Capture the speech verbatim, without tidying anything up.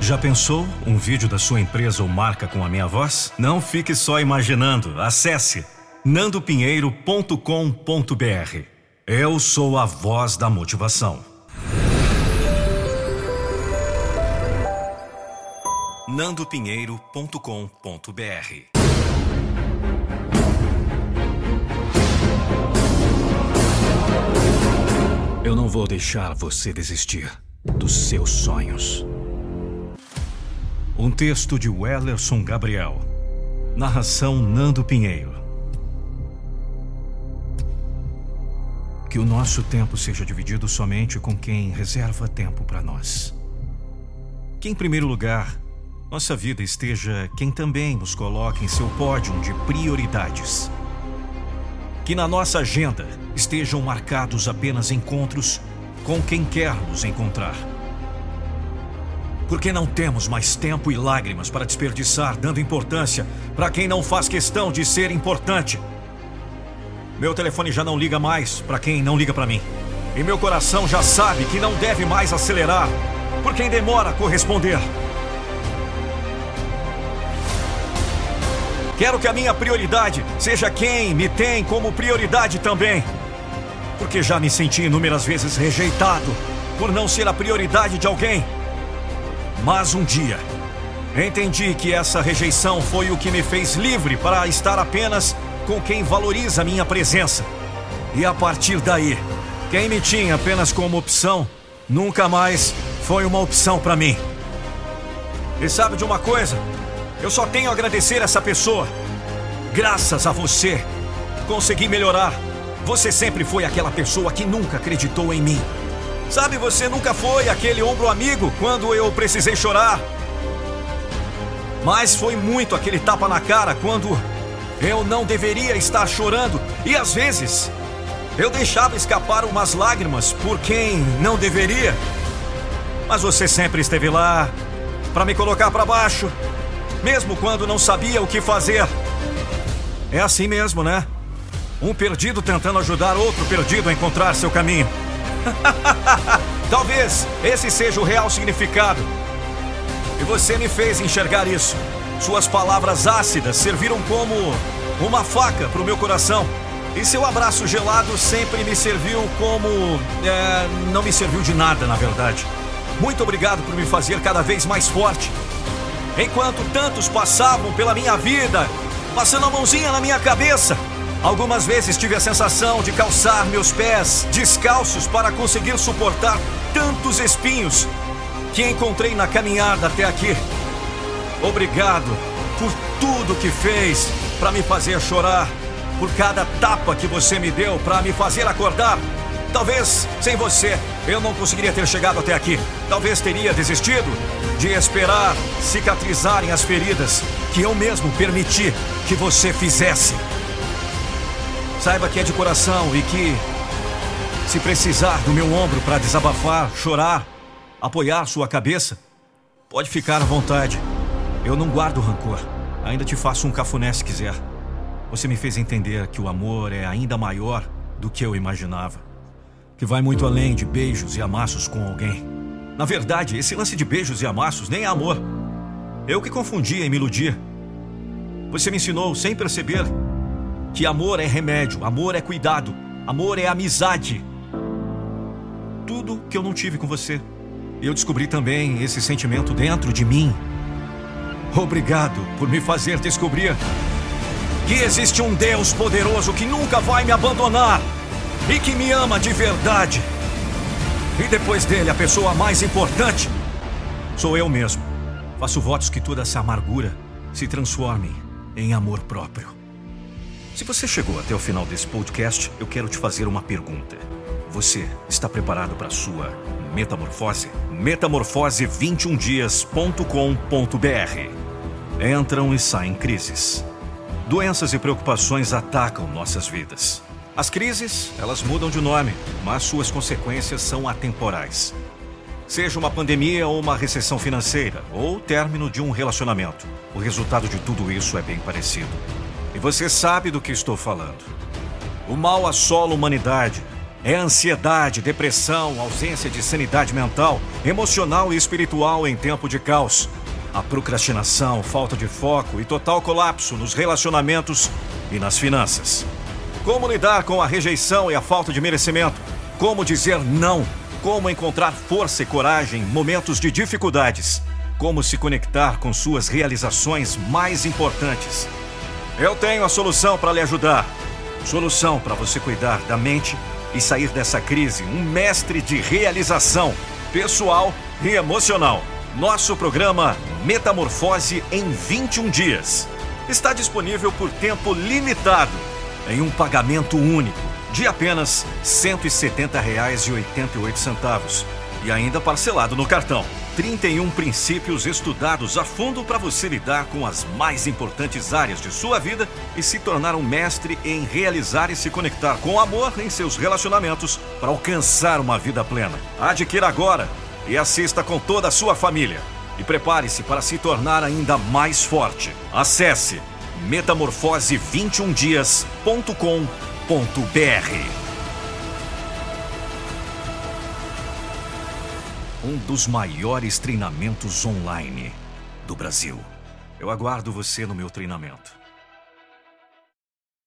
Já pensou um vídeo da sua empresa ou marca com a minha voz? Não fique só imaginando. Acesse nando pinheiro ponto com ponto br. Eu sou a voz da motivação. nando pinheiro ponto com ponto br. Eu não vou deixar você desistir dos seus sonhos. Um texto de Wellerson Gabriel. Narração Nando Pinheiro. Que o nosso tempo seja dividido somente com quem reserva tempo para nós. Que em primeiro lugar, nossa vida esteja quem também nos coloque em seu pódio de prioridades. Que na nossa agenda estejam marcados apenas encontros com quem quer nos encontrar. Porque não temos mais tempo e lágrimas para desperdiçar dando importância para quem não faz questão de ser importante. Meu telefone já não liga mais para quem não liga para mim. E meu coração já sabe que não deve mais acelerar por quem demora a corresponder. Quero que a minha prioridade seja quem me tem como prioridade também. Porque já me senti inúmeras vezes rejeitado por não ser a prioridade de alguém. Mas um dia, entendi que essa rejeição foi o que me fez livre para estar apenas com quem valoriza a minha presença. E a partir daí, quem me tinha apenas como opção, nunca mais foi uma opção para mim. E sabe de uma coisa? Eu só tenho a agradecer essa pessoa. Graças a você, consegui melhorar. Você sempre foi aquela pessoa que nunca acreditou em mim. Sabe, você nunca foi aquele ombro amigo quando eu precisei chorar. Mas foi muito aquele tapa na cara quando eu não deveria estar chorando. E às vezes, eu deixava escapar umas lágrimas por quem não deveria. Mas você sempre esteve lá para me colocar para baixo, mesmo quando não sabia o que fazer. É assim mesmo, né? Um perdido tentando ajudar outro perdido a encontrar seu caminho. Talvez esse seja o real significado. E você me fez enxergar isso. Suas palavras ácidas serviram como uma faca para o meu coração. E seu abraço gelado sempre me serviu como... É, não me serviu de nada, na verdade. Muito obrigado por me fazer cada vez mais forte. Enquanto tantos passavam pela minha vida, passando a mãozinha na minha cabeça, algumas vezes tive a sensação de calçar meus pés descalços para conseguir suportar tantos espinhos que encontrei na caminhada até aqui. Obrigado por tudo que fez para me fazer chorar, por cada tapa que você me deu para me fazer acordar. Talvez sem você eu não conseguiria ter chegado até aqui. Talvez teria desistido de esperar cicatrizarem as feridas que eu mesmo permiti que você fizesse. Saiba que é de coração e que, se precisar do meu ombro para desabafar, chorar, apoiar sua cabeça, pode ficar à vontade. Eu não guardo rancor. Ainda te faço um cafuné se quiser. Você me fez entender que o amor é ainda maior do que eu imaginava. Que vai muito além de beijos e amassos com alguém. Na verdade, esse lance de beijos e amassos nem é amor. Eu que confundia e me iludia. Você me ensinou, sem perceber, que amor é remédio, amor é cuidado, amor é amizade. Tudo que eu não tive com você. E eu descobri também esse sentimento dentro de mim. Obrigado por me fazer descobrir que existe um Deus poderoso que nunca vai me abandonar e que me ama de verdade. E depois dele, a pessoa mais importante sou eu mesmo. Faço votos que toda essa amargura se transforme em amor próprio. Se você chegou até o final desse podcast, eu quero te fazer uma pergunta. Você está preparado para a sua metamorfose? metamorfose vinte e um dias ponto com ponto br. Entram e saem crises. Doenças e preocupações atacam nossas vidas. As crises, elas mudam de nome, mas suas consequências são atemporais. Seja uma pandemia ou uma recessão financeira, ou o término de um relacionamento, o resultado de tudo isso é bem parecido. E você sabe do que estou falando. O mal assola a humanidade, É ansiedade, depressão, ausência de sanidade mental, emocional e espiritual em tempo de caos. A procrastinação, falta de foco e total colapso nos relacionamentos e nas finanças. Como lidar com a rejeição e a falta de merecimento? Como dizer não? Como encontrar força e coragem em momentos de dificuldades? Como se conectar com suas realizações mais importantes? Eu tenho a solução para lhe ajudar. Solução para você cuidar da mente e sair dessa crise um mestre de realização pessoal e emocional. Nosso programa Metamorfose em vinte e um dias está disponível por tempo limitado em um pagamento único de apenas cento e setenta reais e oitenta e oito centavos e ainda parcelado no cartão. trinta e um princípios estudados a fundo para você lidar com as mais importantes áreas de sua vida e se tornar um mestre em realizar e se conectar com amor em seus relacionamentos para alcançar uma vida plena. Adquira agora e assista com toda a sua família. E prepare-se para se tornar ainda mais forte. Acesse metamorfose vinte e um dias ponto com ponto br. Um dos maiores treinamentos online do Brasil. Eu aguardo você no meu treinamento.